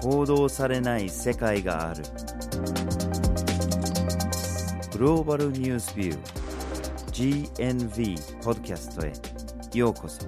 報道されない世界がある。グローバルニュースビュー GNV ポッドキャストへようこそ。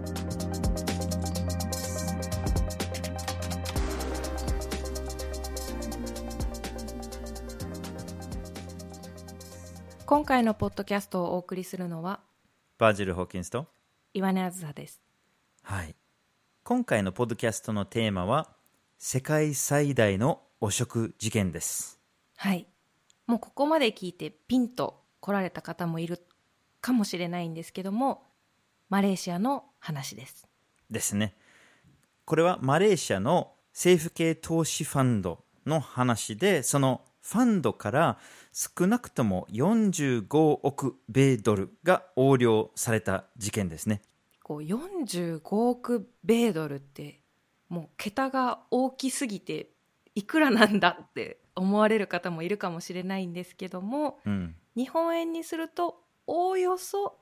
今回のポッドキャストをお送りするのはバージル・ホーキンスと岩根あずさです。 はい。今回のポッドキャストのテーマは世界最大の汚職事件です。 はい。もうここまで聞いてピンと来られた方もいるかもしれないんですけども、マレーシアの話です。 ですね。これはマレーシアの政府系投資ファンドの話で、そのファンドから少なくとも45億米ドルが横領された事件ですね。 45億米ドルってもう桁が大きすぎていくらなんだって思われる方もいるかもしれないんですけども、日本円にするとおおよそ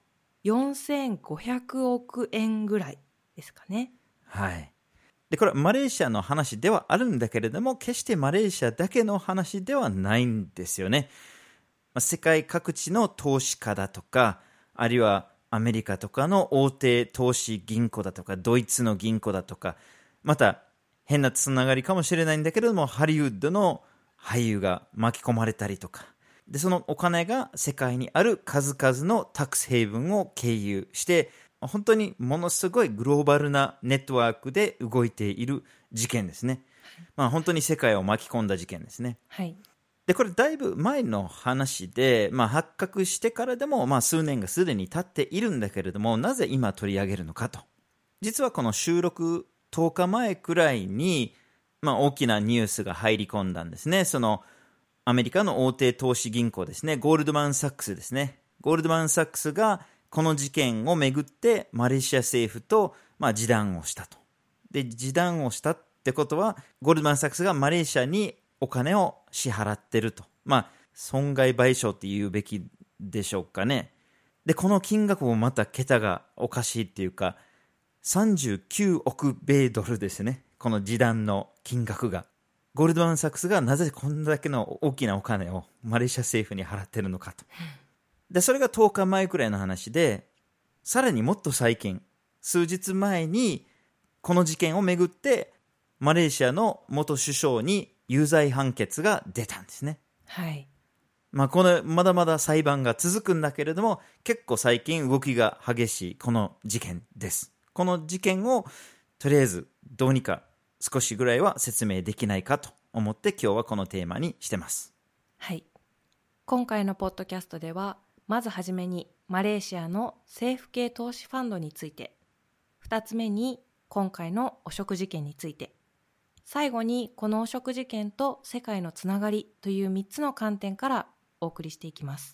4500億円ぐらいですかね。 はい。で、これはマレーシアの話ではあるんだけれども、決してマレーシアだけの話ではないんですよね。世界各地の投資家だとか、あるいはアメリカとかの大手投資銀行だとか、ドイツの銀行だとか、また変なつながりかもしれないんだけれども、ハリウッドの俳優が巻き込まれたりとか、でそのお金が世界にある数々のタックスヘイブンを経由して本当にものすごいグローバルなネットワークで動いている事件ですね。本当に世界を巻き込んだ事件ですね。 はい。 でこれだいぶ前の話で、発覚してからでも、数年がすでに経っているんだけれども、なぜ今取り上げるのかと。実はこの収録10日前くらいに、大きなニュースが入り込んだんですね。そのアメリカの大手投資銀行ですね、ゴールドマン・サックスですね。ゴールドマン・サックスがこの事件をめぐってマレーシア政府と示談をしたと。で示談をしたってことはゴールドマン・サックスがマレーシアにお金を支払ってると。損害賠償って言うべきでしょうかね。でこの金額もまた桁がおかしいっていうか、39億米ドルですね。この示談の金額が。ゴールドマン・サックスがなぜこんだけの大きなお金をマレーシア政府に払ってるのかと。でそれが10日前くらいの話で、さらにもっと最近、数日前にこの事件をめぐってマレーシアの元首相に有罪判決が出たんですね。 はい。 このまだまだ裁判が続くんだけれども、結構最近動きが激しいこの事件です。この事件をとりあえずどうにか少しぐらいは説明できないかと思って今日はこのテーマにしてます。 はい。今回のポッドキャストでは、まずはじめにマレーシアの政府系投資ファンドについて、2つ目に今回の汚職事件について、最後にこの汚職事件と世界のつながりという3つの観点からお送りしていきます。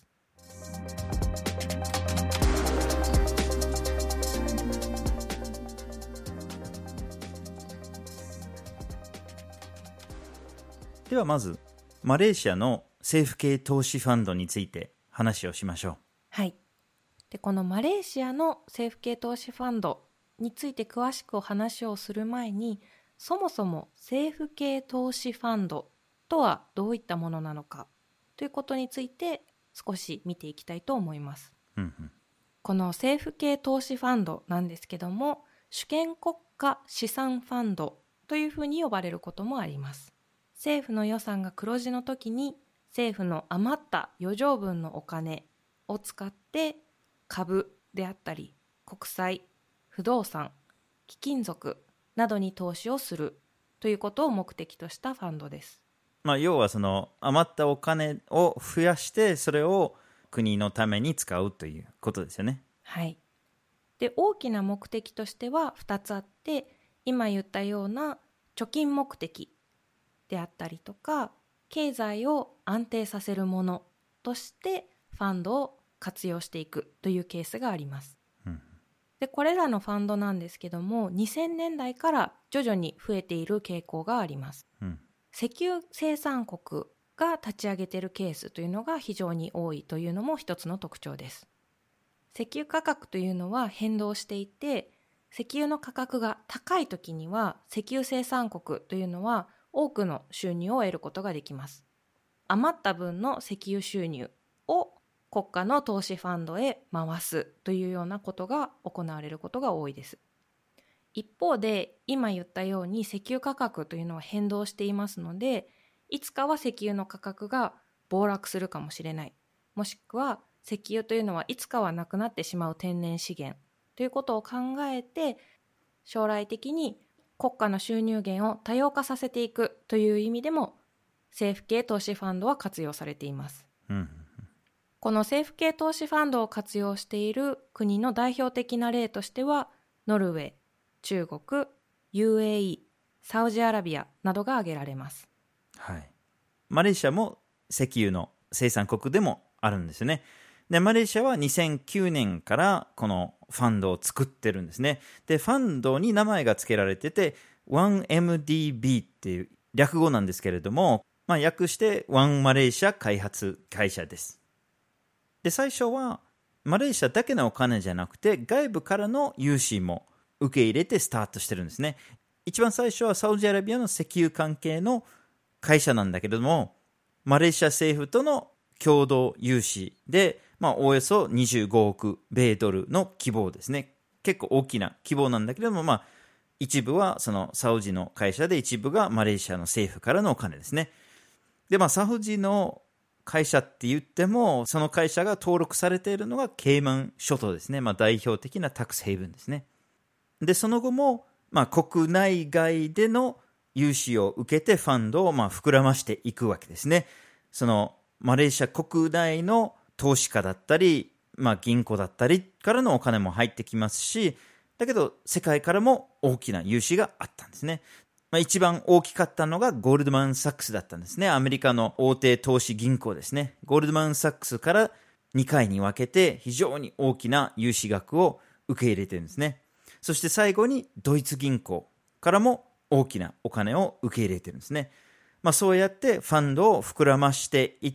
ではまずマレーシアの政府系投資ファンドについて話をしましょう。 はい。でこのマレーシアの政府系投資ファンドについて詳しくお話をする前に、そもそも政府系投資ファンドとはどういったものなのかということについて少し見ていきたいと思います。この政府系投資ファンドなんですけども、主権国家資産ファンドというふうに呼ばれることもあります。政府の予算が黒字の時に政府の余った余剰分のお金を使って株であったり国債、不動産、貴金属などに投資をするということを目的としたファンドです。 要はその余ったお金を増やしてそれを国のために使うということですよね。 はい。で大きな目的としては2つあって、今言ったような貯金目的であったりとか、経済を安定させるものとしてファンドを活用していくというケースがあります。でこれらのファンドなんですけども、2000年代から徐々に増えている傾向があります。石油生産国が立ち上げているケースというのが非常に多いというのも一つの特徴です。石油価格というのは変動していて、石油の価格が高い時には石油生産国というのは多くの収入を得ることができます。余った分の石油収入を国家の投資ファンドへ回すというようなことが行われることが多いです。一方で今言ったように石油価格というのは変動していますので、いつかは石油の価格が暴落するかもしれない、もしくは石油というのはいつかはなくなってしまう天然資源ということを考えて、将来的に国家の収入源を多様化させていくという意味でも政府系投資ファンドは活用されています。この政府系投資ファンドを活用している国の代表的な例としては、ノルウェー、中国、UAE、サウジアラビアなどが挙げられます。 はい。マレーシアも石油の生産国でもあるんですよね。で、マレーシアは2009年からこのファンドを作ってるんですね。で、ファンドに名前が付けられてて、1MDB っていう略語なんですけれども、訳してワンマレーシア開発会社です。で、最初はマレーシアだけのお金じゃなくて、外部からの融資も受け入れてスタートしてるんですね。一番最初はサウジアラビアの石油関係の会社なんだけれども、マレーシア政府との共同融資で、およそ25億米ドルの規模ですね。結構大きな規模なんだけれども、一部はそのサウジの会社で、一部がマレーシアの政府からのお金ですね。で、サウジの会社って言っても、その会社が登録されているのがケイマン諸島ですね。代表的なタックスヘイブンですね。で、その後も、国内外での融資を受けてファンドを膨らましていくわけですね。そのマレーシア国内の投資家だったり、銀行だったりからのお金も入ってきますし、だけど世界からも大きな融資があったんですね。一番大きかったのがゴールドマン・サックスだったんですね。アメリカの大手投資銀行ですね。ゴールドマン・サックスから2回に分けて非常に大きな融資額を受け入れてるんですね。そして最後にドイツ銀行からも大きなお金を受け入れてるんですね。そうやってファンドを膨らましていって、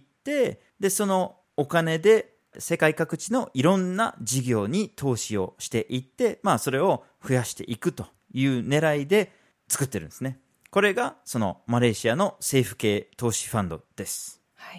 で、そのお金で世界各地のいろんな事業に投資をしていって、それを増やしていくという狙いで作ってるんですね。これがそのマレーシアの政府系投資ファンドです。 はい。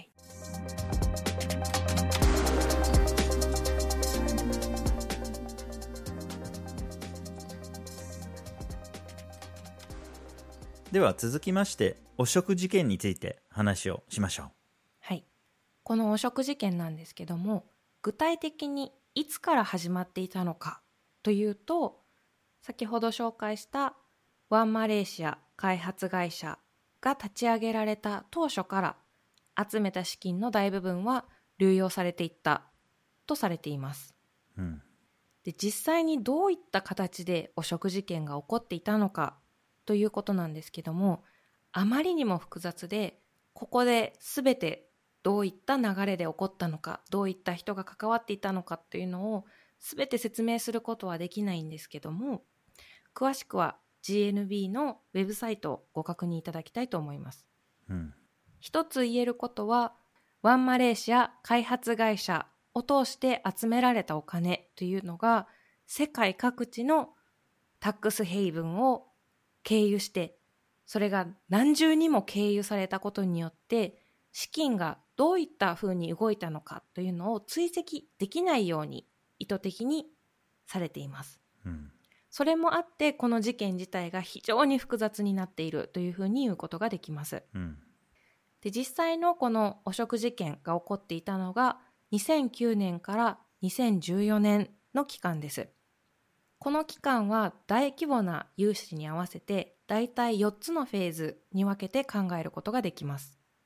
では続きまして汚職事件について話をしましょう。 はい。この汚職事件なんですけども、具体的にいつから始まっていたのかというと、先ほど紹介したワンマレーシア開発会社が立ち上げられた当初から集めた資金の大部分は流用されていったとされています。で、実際にどういった形で汚職事件が起こっていたのかということなんですけども、あまりにも複雑で、ここで全てどういった流れで起こったのか、どういった人が関わっていたのかというのを全て説明することはできないんですけども、詳しくは GNB のウェブサイトをご確認いただきたいと思います。一つ言えることは、ワンマレーシア開発会社を通して集められたお金というのが世界各地のタックスヘイブンを経由して、それが何重にも経由されたことによって資金がどういったふうに動いたのかというのを追跡できないように意図的にされています。それもあってこの事件自体が非常に複雑になっているというふうに言うことができます。で、実際のこの汚職事件が起こっていたのが2009年から2014年の期間です。この期間は大規模な融資に合わせてだいたい4つのフェーズに分けて考えることができます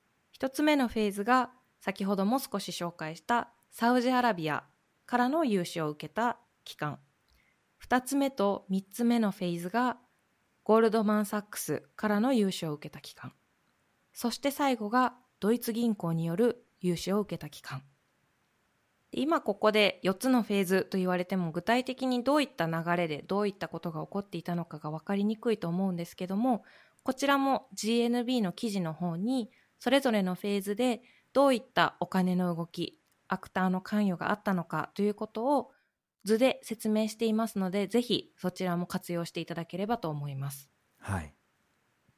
。1つ目のフェーズが先ほども少し紹介したサウジアラビアからの融資を受けた期間。2つ目と3つ目のフェーズがゴールドマン・サックスからの融資を受けた期間。そして最後がドイツ銀行による融資を受けた期間。今ここで4つのフェーズと言われても具体的にどういった流れでどういったことが起こっていたのかが分かりにくいと思うんですけども、こちらも GNB の記事の方にそれぞれのフェーズでどういったお金の動き、アクターの関与があったのかということを図で説明していますので、ぜひそちらも活用していただければと思います。 はい。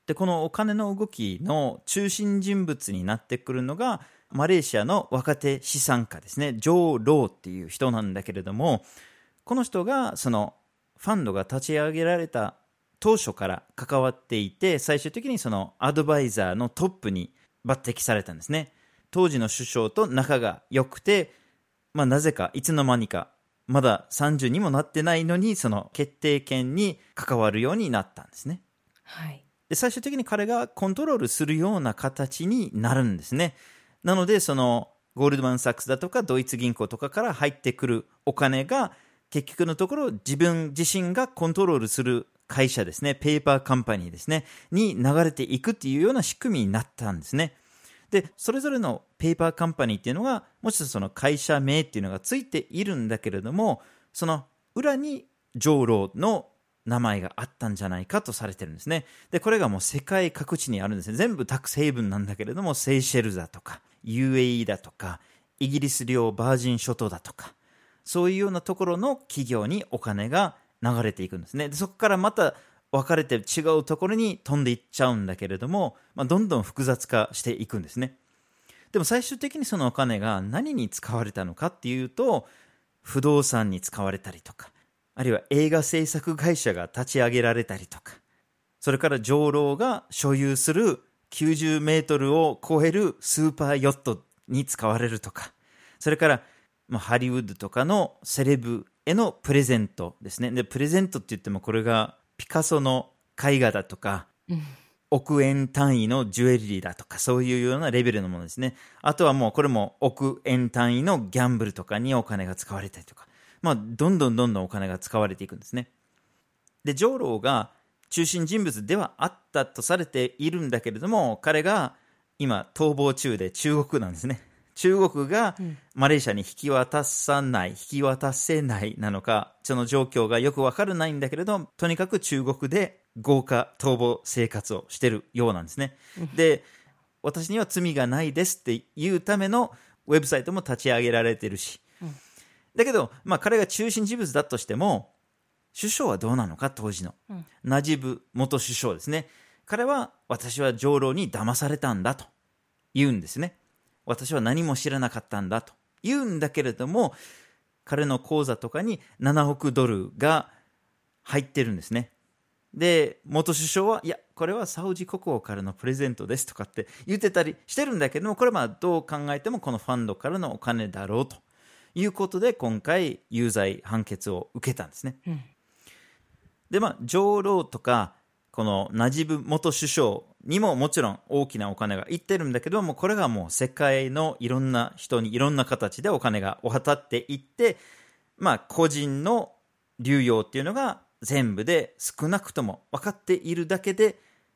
でこのお金の動きの中心人物になってくるのがマレーシアの若手資産家ですね、ジョー・ローっていう人なんだけれども、この人がそのファンドが立ち上げられた当初から関わっていて、最終的にそのアドバイザーのトップに抜擢されたんですね。当時の首相と仲が良くて、なぜかいつの間にかまだ30にもなってないのにその決定権に関わるようになったんですね。 はい。 で最終的に彼がコントロールするような形になるんですね。なのでそのゴールドマン・サックスだとかドイツ銀行とかから入ってくるお金が結局のところ自分自身がコントロールする会社ですね、ペーパーカンパニーですねに流れていくっていうような仕組みになったんですね。でそれぞれのペーパーカンパニーっていうのがもちろんその会社名っていうのがついているんだけれども、その裏にジョー・ローの名前があったんじゃないかとされてるんですね。でこれがもう世界各地にあるんですね。全部タックスヘイブンなんだけれども、セイシェルだとか UAE だとかイギリス領バージン諸島だとか、そういうようなところの企業にお金が流れていくんですね。でそこからまた分かれて違うところに飛んでいっちゃうんだけれども、どんどん複雑化していくんですね。でも最終的にそのお金が何に使われたのかっていうと、不動産に使われたりとか、あるいは映画制作会社が立ち上げられたりとか、それからジョー・ローが所有する90メートルを超えるスーパーヨットに使われるとか、それからハリウッドとかのセレブへのプレゼントですね。でプレゼントって言ってもこれがピカソの絵画だとか、億円単位のジュエリーだとか、そういうようなレベルのものですね。あとはもうこれも億円単位のギャンブルとかにお金が使われたりとか、どんどんお金が使われていくんですね。でジョー・ローが中心人物ではあったとされているんだけれども、彼が今逃亡中で中国なんですね。中国がマレーシアに引き渡せないなのか、その状況がよく分からないんだけれど、とにかく中国で豪華逃亡生活をしているようなんですね。で私には罪がないですっていうためのウェブサイトも立ち上げられているし、だけど、彼が中心人物だとしても、首相はどうなのか、当時の、ナジブ元首相ですね。彼は私はジョー・ローに騙されたんだと言うんですね。私は何も知らなかったんだと言うんだけれども、彼の口座とかに7億ドルが入ってるんですね。で元首相はいやこれはサウジ国王からのプレゼントですとかって言ってたりしてるんだけども、これはどう考えてもこのファンドからのお金だろうということで今回有罪判決を受けたんですね。でジョー・ローとかこのナジブ元首相にももちろん大きなお金がいってるんだけども、これがもう世界のいろんな人にいろんな形でお金が渡っていって、個人の流用っていうのが全部で少なくとも分かっているだけで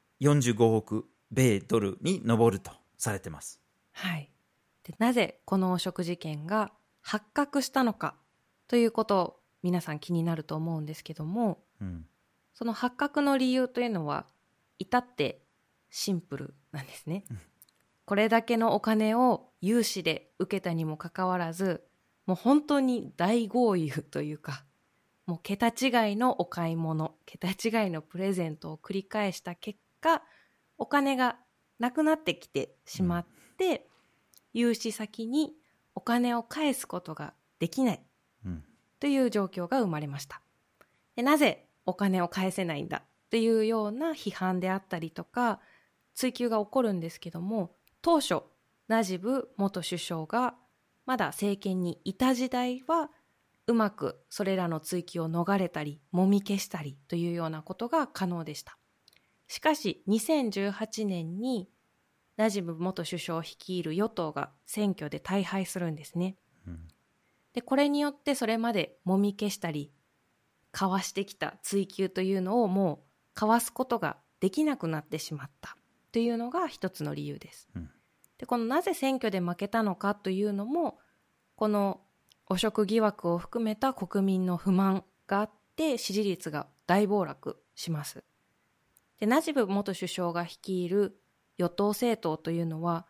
45億米ドルに上るとされてます。 はい。でなぜこの汚職事件が発覚したのかということを皆さん気になると思うんですけども、その発覚の理由というのは至ってシンプルなんですね。これだけのお金を融資で受けたにもかかわらず、もう本当に大豪遊というか、もう桁違いのお買い物、桁違いのプレゼントを繰り返した結果、お金がなくなってきてしまって、融資先にお金を返すことができないという状況が生まれました。でなぜお金を返せないんだっていうような批判であったりとか追及が起こるんですけども、当初ナジブ元首相がまだ政権にいた時代はうまくそれらの追及を逃れたりもみ消したりというようなことが可能でした。しかし2018年にナジブ元首相率いる与党が選挙で大敗するんですね。でこれによってそれまでもみ消したりかわしてきた追及というのをもうかわすことができなくなってしまったというのが一つの理由です。でこのなぜ選挙で負けたのかというのも、この汚職疑惑を含めた国民の不満があって支持率が大暴落します。でナジブ元首相が率いる与党政党というのは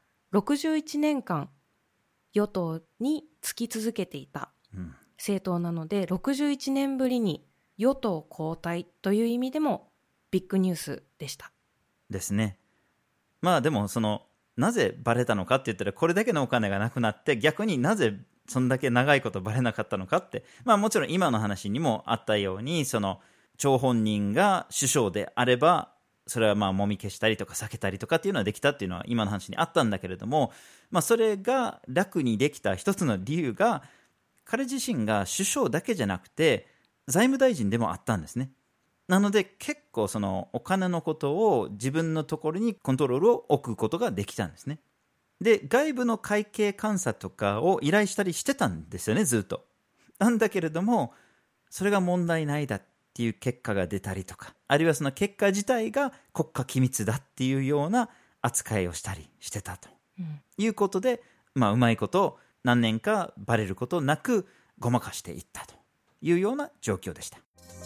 61年間与党につき続けていた政党なので、61年ぶりに与党交代という意味でもビッグニュースでした。 ですね。まあでもなぜバレたのかって言ったら、これだけのお金がなくなって、逆になぜそんだけ長いことバレなかったのかって、まあもちろん今の話にもあったように、張本人が首相であれば、それはまあもみ消したりとか避けたりとかっていうのはできたっていうのは今の話にあったんだけれども、まあそれが楽にできた一つの理由が、彼自身が首相だけじゃなくて財務大臣でもあったんですね。なので結構お金のことを自分のところにコントロールを置くことができたんですね。で、外部の会計監査とかを依頼したりしてたんですよね、ずっと。なんだけれども、それが問題ないだっていう結果が出たりとか、あるいはその結果自体が国家機密だっていうような扱いをしたりしてたということで、まあうまいこと何年かバレることなくごまかしていったというような状況でした。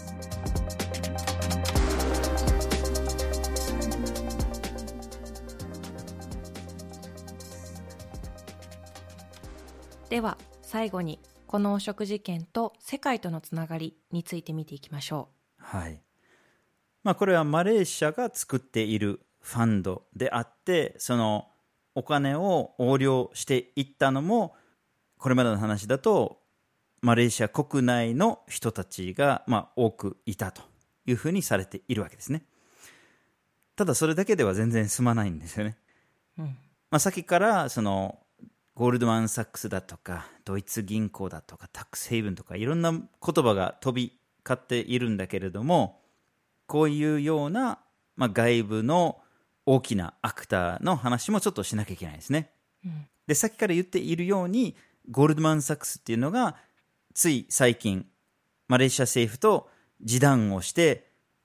では最後にこの汚職事件と世界とのつながりについて見ていきましょう。はい。まあこれはマレーシアが作っているファンドであって、お金を横領していったのも、これまでの話だとマレーシア国内の人たちが多くいたというふうにされているわけですね。ただそれだけでは全然済まないんですよね。さっきからゴールドマン・サックスだとかドイツ銀行だとかタックスヘイブンとかいろんな言葉が飛び交っているんだけれども、こういうような、外部の大きなアクターの話もちょっとしなきゃいけないですね。で、さっきから言っているようにゴールドマン・サックスっていうのがつい最近マレーシア政府と示談をして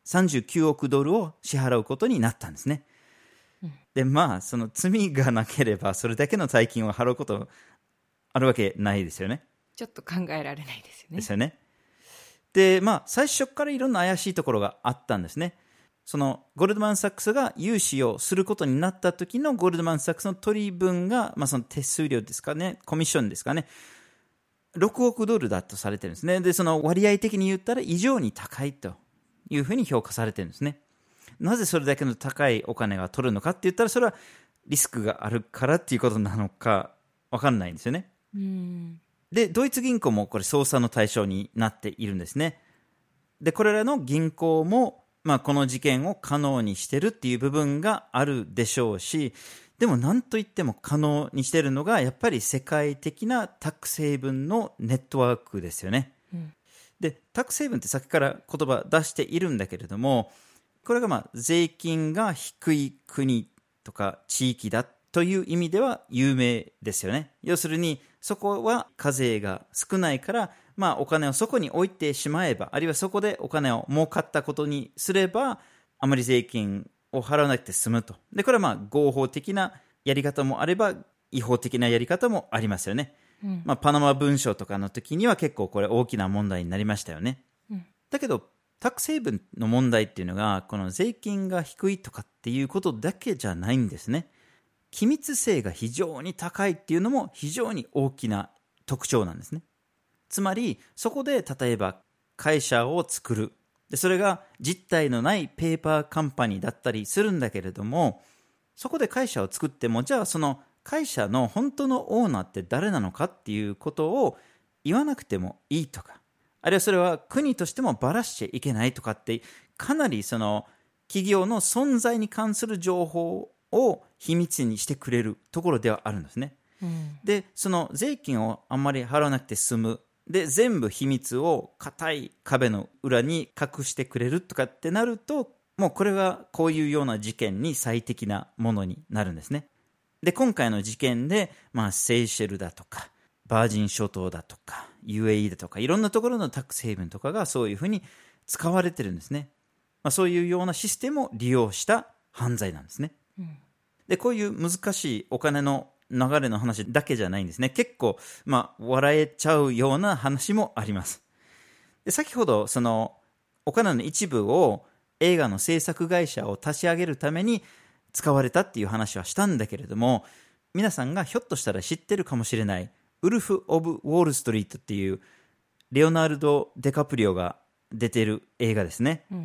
39億ドルを支払うことになったんですね。で、その罪がなければそれだけの大金を払うことあるわけないですよね。 ちょっと考えられないですよね。 ですよね。で、最初からいろんな怪しいところがあったんですね。ゴールドマン・サックスが融資をすることになった時のゴールドマン・サックスの取り分が、その手数料ですかね、コミッションですかね、6億ドルだとされてるんですね。で、その割合的に言ったら異常に高いというふうに評価されてるんですね。なぜそれだけの高いお金が取るのかって言ったら、それはリスクがあるからっていうことなのか分かんないんですよね。で、ドイツ銀行もこれ捜査の対象になっているんですね。で、これらの銀行も、この事件を可能にしてるっていう部分があるでしょうし、でも何といっても可能にしてるのがやっぱり世界的なタックスヘイブンのネットワークですよね。で、タックスヘイブンってさっきから言葉出しているんだけれども、これが税金が低い国とか地域だという意味では有名ですよね。要するにそこは課税が少ないから、お金をそこに置いてしまえば、あるいはそこでお金を儲かったことにすれば、あまり税金を払わなくて済むと。で、これは合法的なやり方もあれば違法的なやり方もありますよね。パナマ文書とかの時には結構これ大きな問題になりましたよね。だけどタックスヘイブンの問題っていうのが、この税金が低いとかっていうことだけじゃないんですね。機密性が非常に高いっていうのも非常に大きな特徴なんですね。つまりそこで例えば会社を作る。で、それが実体のないペーパーカンパニーだったりするんだけれども、そこで会社を作っても、じゃあその会社の本当のオーナーって誰なのかっていうことを言わなくてもいいとか、あるいはそれは国としてもばらしちゃいけないとかって、かなりその企業の存在に関する情報を秘密にしてくれるところではあるんですね。で、その税金をあんまり払わなくて済む。で、全部秘密を固い壁の裏に隠してくれるとかってなると、もうこれはこういうような事件に最適なものになるんですね。で、今回の事件で、セイシェルだとか、バージン諸島だとか UAE だとかいろんなところのタックスヘイブンとかがそういうふうに使われてるんですね。そういうようなシステムを利用した犯罪なんですね。で、こういう難しいお金の流れの話だけじゃないんですね。結構笑えちゃうような話もあります。で、先ほどそのお金の一部を映画の制作会社を立ち上げるために使われたっていう話はしたんだけれども、皆さんがひょっとしたら知ってるかもしれないウルフ・オブ・ウォール・ストリートっていうレオナルド・デカプリオが出てる映画ですね。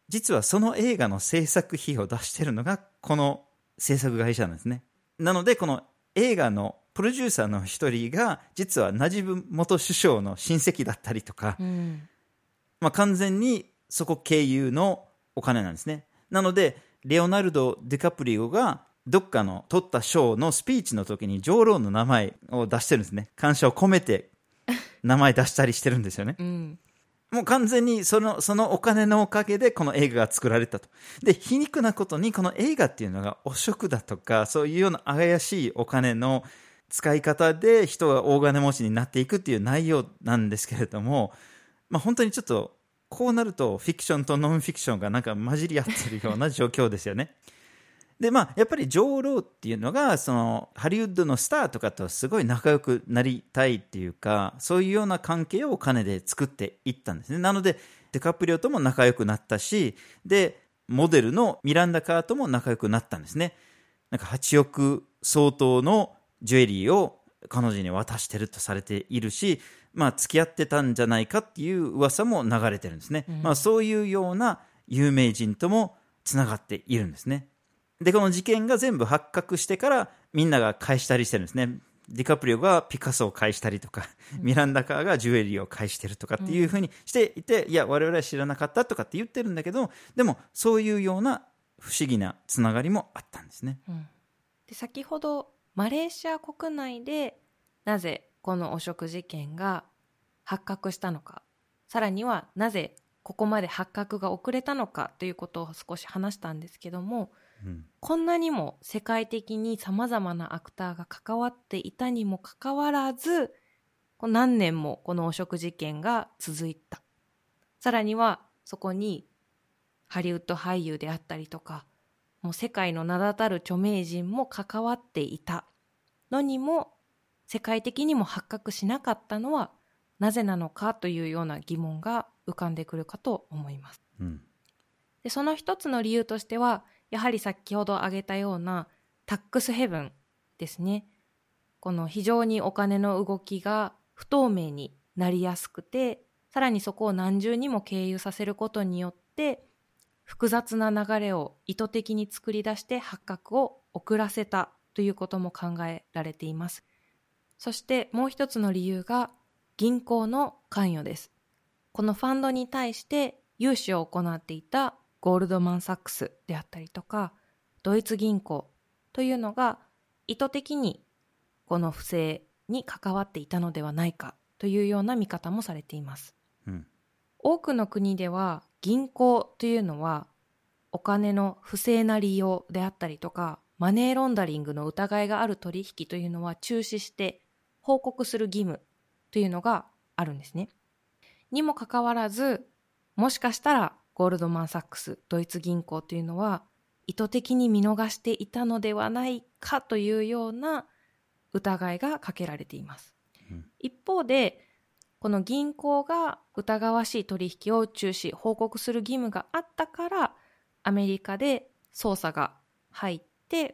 実はその映画の制作費を出しているのがこの制作会社なんですね。なのでこの映画のプロデューサーの一人が実はナジブ元首相の親戚だったりとか、完全にそこ経由のお金なんですね。なのでレオナルド・ディカプリオがどっかの取った賞のスピーチの時にジョー・ローンの名前を出してるんですね。感謝を込めて名前出したりしてるんですよね。もう完全にそのお金のおかげでこの映画が作られたと。で、皮肉なことにこの映画っていうのが汚職だとかそういうような怪しいお金の使い方で人が大金持ちになっていくっていう内容なんですけれども、本当にちょっとこうなるとフィクションとノンフィクションがなんか混じり合ってるような状況ですよね。でやっぱりジョー・ローっていうのがそのハリウッドのスターとかとすごい仲良くなりたいっていうか、そういうような関係をお金で作っていったんですね。なのでデカプリオとも仲良くなったし、でモデルのミランダ・カーとも仲良くなったんですね。なんか8億相当のジュエリーを彼女に渡してるとされているし、付き合ってたんじゃないかっていう噂も流れてるんですね。そういうような有名人ともつながっているんですね。でこの事件が全部発覚してからみんなが返したりしてるんですね。ディカプリオがピカソを返したりとか、ミランダ・カーがジュエリーを返してるとかっていうふうにしていて、いや我々は知らなかったとかって言ってるんだけど、でもそういうような不思議なつながりもあったんですね。 で先ほどマレーシア国内でなぜこの汚職事件が発覚したのか、さらにはなぜここまで発覚が遅れたのかということを少し話したんですけども、こんなにも世界的にさまざまなアクターが関わっていたにもかかわらず、何年もこの汚職事件が続いた。さらにはそこにハリウッド俳優であったりとか、もう世界の名だたる著名人も関わっていたのにも世界的にも発覚しなかったのはなぜなのかというような疑問が浮かんでくるかと思います。でその一つの理由としては、やはり先ほど挙げたようなタックスヘブンですね。この非常にお金の動きが不透明になりやすくて、さらにそこを何重にも経由させることによって複雑な流れを意図的に作り出して発覚を遅らせたということも考えられています。そしてもう一つの理由が銀行の関与です。このファンドに対して融資を行っていたゴールドマン・サックスであったりとかドイツ銀行というのが意図的にこの不正に関わっていたのではないかというような見方もされています。多くの国では銀行というのはお金の不正な利用であったりとかマネーロンダリングの疑いがある取引というのは中止して報告する義務というのがあるんですね。にもかかわらず、もしかしたらゴールドマン・サックス、ドイツ銀行というのは意図的に見逃していたのではないかというような疑いがかけられています。一方で、この銀行が疑わしい取引を中止、報告する義務があったから、アメリカで捜査が入って、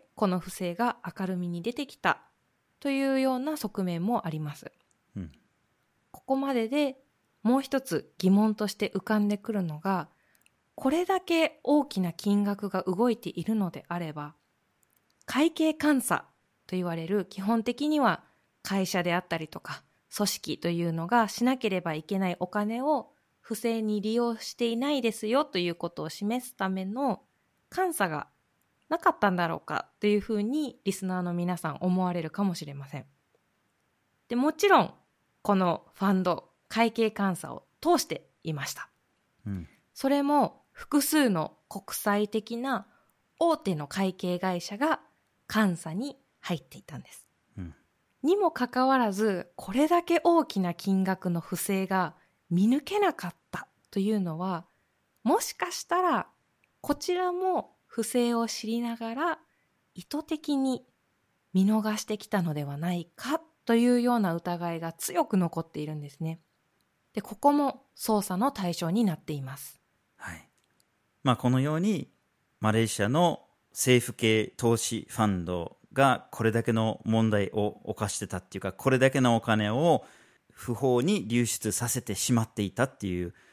この不正が明るみに出てきたというような側面もあります。ここまででもう一つ疑問として浮かんでくるのが、これだけ大きな金額が動いているのであれば、会計監査と言われる基本的には会社であったりとか組織というのがしなければいけないお金を不正に利用していないですよということを示すための監査がなかったんだろうかというふうにリスナーの皆さん思われるかもしれません。でもちろんこのファンド会計監査を通していました。それも複数の国際的な大手の会計会社が監査に入っていたんです。にもかかわらず、これだけ大きな金額の不正が見抜けなかったというのは、もしかしたらこちらも不正を知りながら意図的に見逃してきたのではないかというような疑いが強く残っているんですね。で、ここも捜査の対象になっています。 このようにマレーシアの政府系投資ファンドがこれだけの問題を犯してたっていうか、これだけのお金を不法に流出させてしまっていたっていう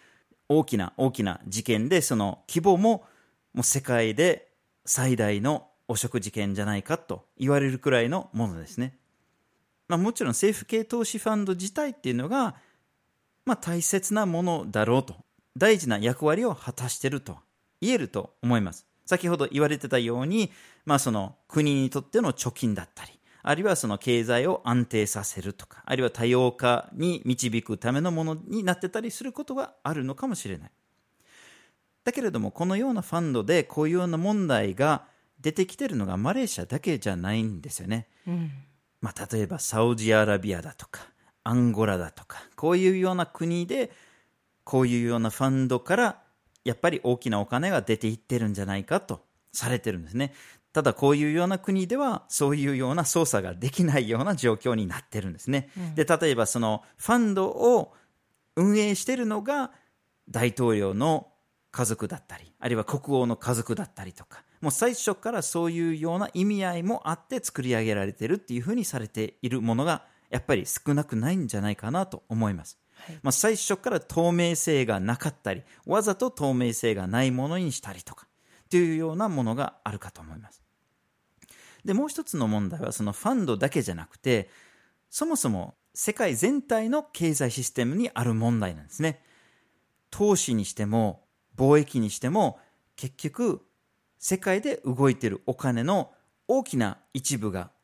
大きな事件で、その規模もう世界で最大の汚職事件じゃないかと言われるくらいのものですね。もちろん政府系投資ファンド自体っていうのが、大切なものだろうと、大事な役割を果たしていると言えると思います。先ほど言われてたように、その国にとっての貯金だったり、あるいはその経済を安定させるとか、あるいは多様化に導くためのものになってたりすることがあるのかもしれない。だけれども、このようなファンドでこういうような問題が出てきているのがマレーシアだけじゃないんですよね。例えばサウジアラビアだとかアンゴラだとか、こういうような国でこういうようなファンドからやっぱり大きなお金が出ていってるんじゃないかとされてるんですね。ただこういうような国ではそういうような操作ができないような状況になってるんですね。で、例えばそのファンドを運営しているのが大統領の家族だったり、あるいは国王の家族だったりとか、もう最初からそういうような意味合いもあって作り上げられているっていうふうにされているものがやっぱり少なくないんじゃないかなと思います。最初から透明性がなかったり、わざと透明性がないものにしたりとかというようなものがあるかと思います。で、もう一つの問題はそのファンドだけじゃなくて、そもそも世界全体の経済システムにある問題なんですね。投資にしても貿易にしても、結局世界で動いているお金の大きな一部が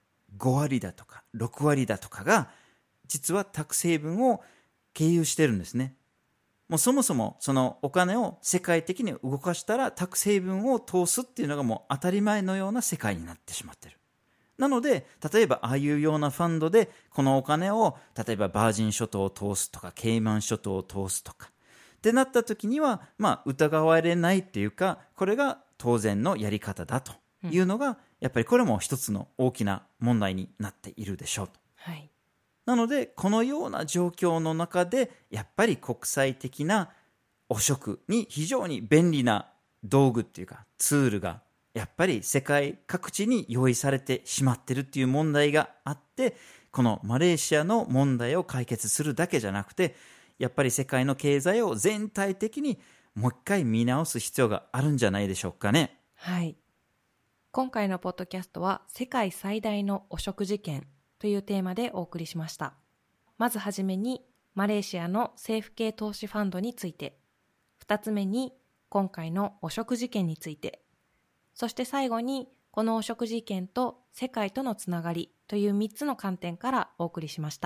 5割だとか6割だとかが実はタックスヘイブンを経由してるんですね。もうそもそもそのお金を世界的に動かしたらタックスヘイブンを通すっていうのがもう当たり前のような世界になってしまってる。なので例えばああいうようなファンドでこのお金を例えばバージン諸島を通すとかケイマン諸島を通すとかってなった時には疑われないっていうか、これが当然のやり方だというのが、やっぱりこれも一つの大きな問題になっているでしょうと。なのでこのような状況の中でやっぱり国際的な汚職に非常に便利な道具っていうかツールがやっぱり世界各地に用意されてしまっているっていう問題があって、このマレーシアの問題を解決するだけじゃなくて、やっぱり世界の経済を全体的にもう一回見直す必要があるんじゃないでしょうかね。 今回のポッドキャストは世界最大の汚職事件というテーマでお送りしました。まずはじめにマレーシアの政府系投資ファンドについて、2つ目に今回の汚職事件について、そして最後にこの汚職事件と世界とのつながりという3つの観点からお送りしました。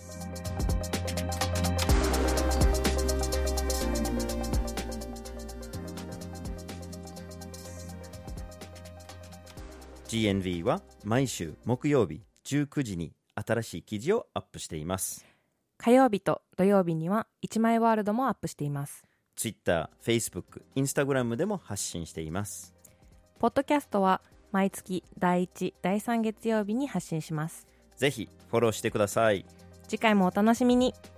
GNV は毎週木曜日19時に新しい記事をアップしています。 火曜日と土曜日には一枚ワールドもアップしています。 Twitter、Facebook、Instagram でも発信しています。 ポッドキャストは毎月第1、第3月曜日に発信します。 ぜひフォローしてください。 次回もお楽しみに。